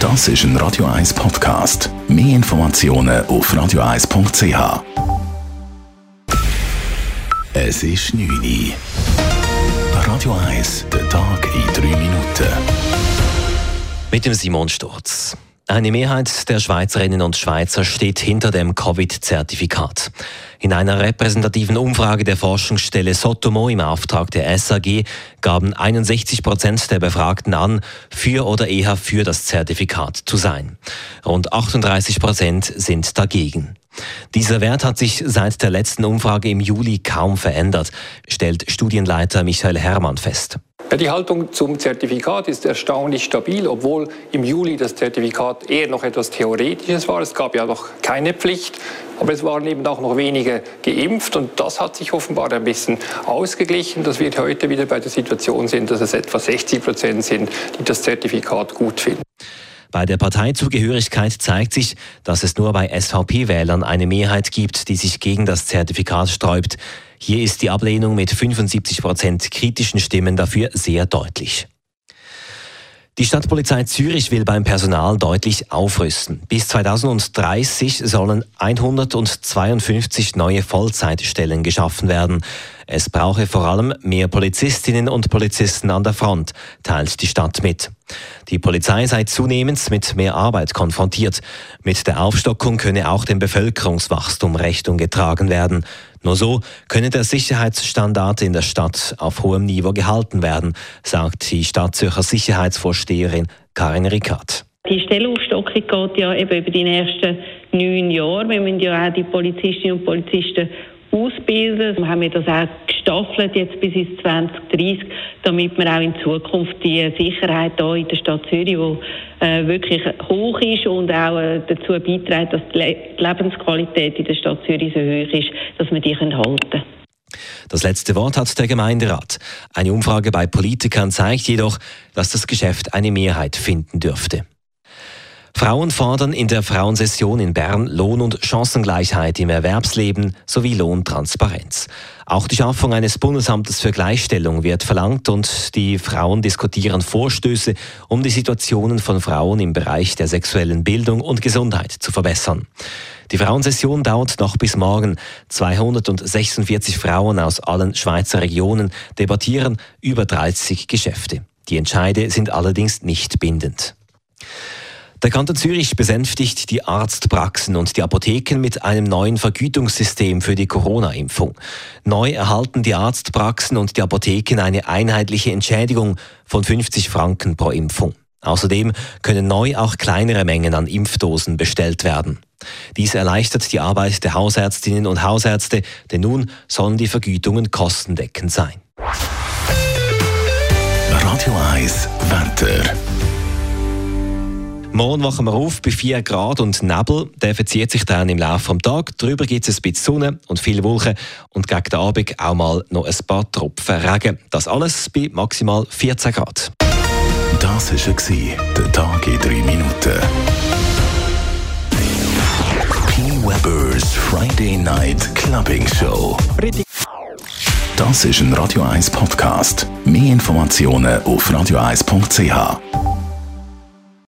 Das ist ein Radio 1 Podcast. Mehr Informationen auf radio1.ch. Es ist 9 Uhr. Radio 1, der Tag in 3 Minuten. Mit dem Simon Sturz. Eine Mehrheit der Schweizerinnen und Schweizer steht hinter dem Covid-Zertifikat. In einer repräsentativen Umfrage der Forschungsstelle Sotomo im Auftrag der SAG gaben 61% der Befragten an, für oder eher für das Zertifikat zu sein. Rund 38% sind dagegen. Dieser Wert hat sich seit der letzten Umfrage im Juli kaum verändert, stellt Studienleiter Michael Herrmann fest. Die Haltung zum Zertifikat ist erstaunlich stabil, obwohl im Juli das Zertifikat eher noch etwas Theoretisches war. Es gab ja noch keine Pflicht, aber es waren eben auch noch wenige geimpft und das hat sich offenbar ein bisschen ausgeglichen, dass wir heute wieder bei der Situation sind, dass es etwa 60% sind, die das Zertifikat gut finden. Bei der Parteizugehörigkeit zeigt sich, dass es nur bei SVP-Wählern eine Mehrheit gibt, die sich gegen das Zertifikat sträubt. Hier ist die Ablehnung mit 75% kritischen Stimmen dafür sehr deutlich. Die Stadtpolizei Zürich will beim Personal deutlich aufrüsten. Bis 2030 sollen 152 neue Vollzeitstellen geschaffen werden. Es brauche vor allem mehr Polizistinnen und Polizisten an der Front, teilt die Stadt mit. Die Polizei sei zunehmend mit mehr Arbeit konfrontiert. Mit der Aufstockung könne auch dem Bevölkerungswachstum Rechnung getragen werden. Nur so könne der Sicherheitsstandard in der Stadt auf hohem Niveau gehalten werden, sagt die Stadtzürcher Sicherheitsvorsteherin Karin Rickard. Die Stellenaufstockung geht ja eben über die nächsten 9 Jahre. Wir müssen ja auch die Polizistinnen und Polizisten ausbilden. Wir haben das auch gestaffelt jetzt bis ins 2030, damit wir auch in Zukunft die Sicherheit hier in der Stadt Zürich, die wirklich hoch ist und auch dazu beiträgt, dass die Lebensqualität in der Stadt Zürich so hoch ist, dass wir die halten können. Das letzte Wort hat der Gemeinderat. Eine Umfrage bei Politikern zeigt jedoch, dass das Geschäft eine Mehrheit finden dürfte. Frauen fordern in der Frauensession in Bern Lohn- und Chancengleichheit im Erwerbsleben sowie Lohntransparenz. Auch die Schaffung eines Bundesamtes für Gleichstellung wird verlangt und die Frauen diskutieren Vorstöße, um die Situationen von Frauen im Bereich der sexuellen Bildung und Gesundheit zu verbessern. Die Frauensession dauert noch bis morgen. 246 Frauen aus allen Schweizer Regionen debattieren über 30 Geschäfte. Die Entscheide sind allerdings nicht bindend. Der Kanton Zürich besänftigt die Arztpraxen und die Apotheken mit einem neuen Vergütungssystem für die Corona-Impfung. Neu erhalten die Arztpraxen und die Apotheken eine einheitliche Entschädigung von 50 Franken pro Impfung. Außerdem können neu auch kleinere Mengen an Impfdosen bestellt werden. Dies erleichtert die Arbeit der Hausärztinnen und Hausärzte, denn nun sollen die Vergütungen kostendeckend sein. Radio 1 Wetter. Morgen wachen wir auf bei 4 Grad und Nebel. Der verzieht sich dann im Laufe des Tages. Darüber gibt es ein bisschen Sonne und viele Wolken. Und gegen den Abend auch mal noch ein paar Tropfen Regen. Das alles bei maximal 14 Grad. Das war der Tag in 3 Minuten. P. Weber's Friday Night Clubbing Show. Das ist ein Radio 1 Podcast. Mehr Informationen auf radio1.ch.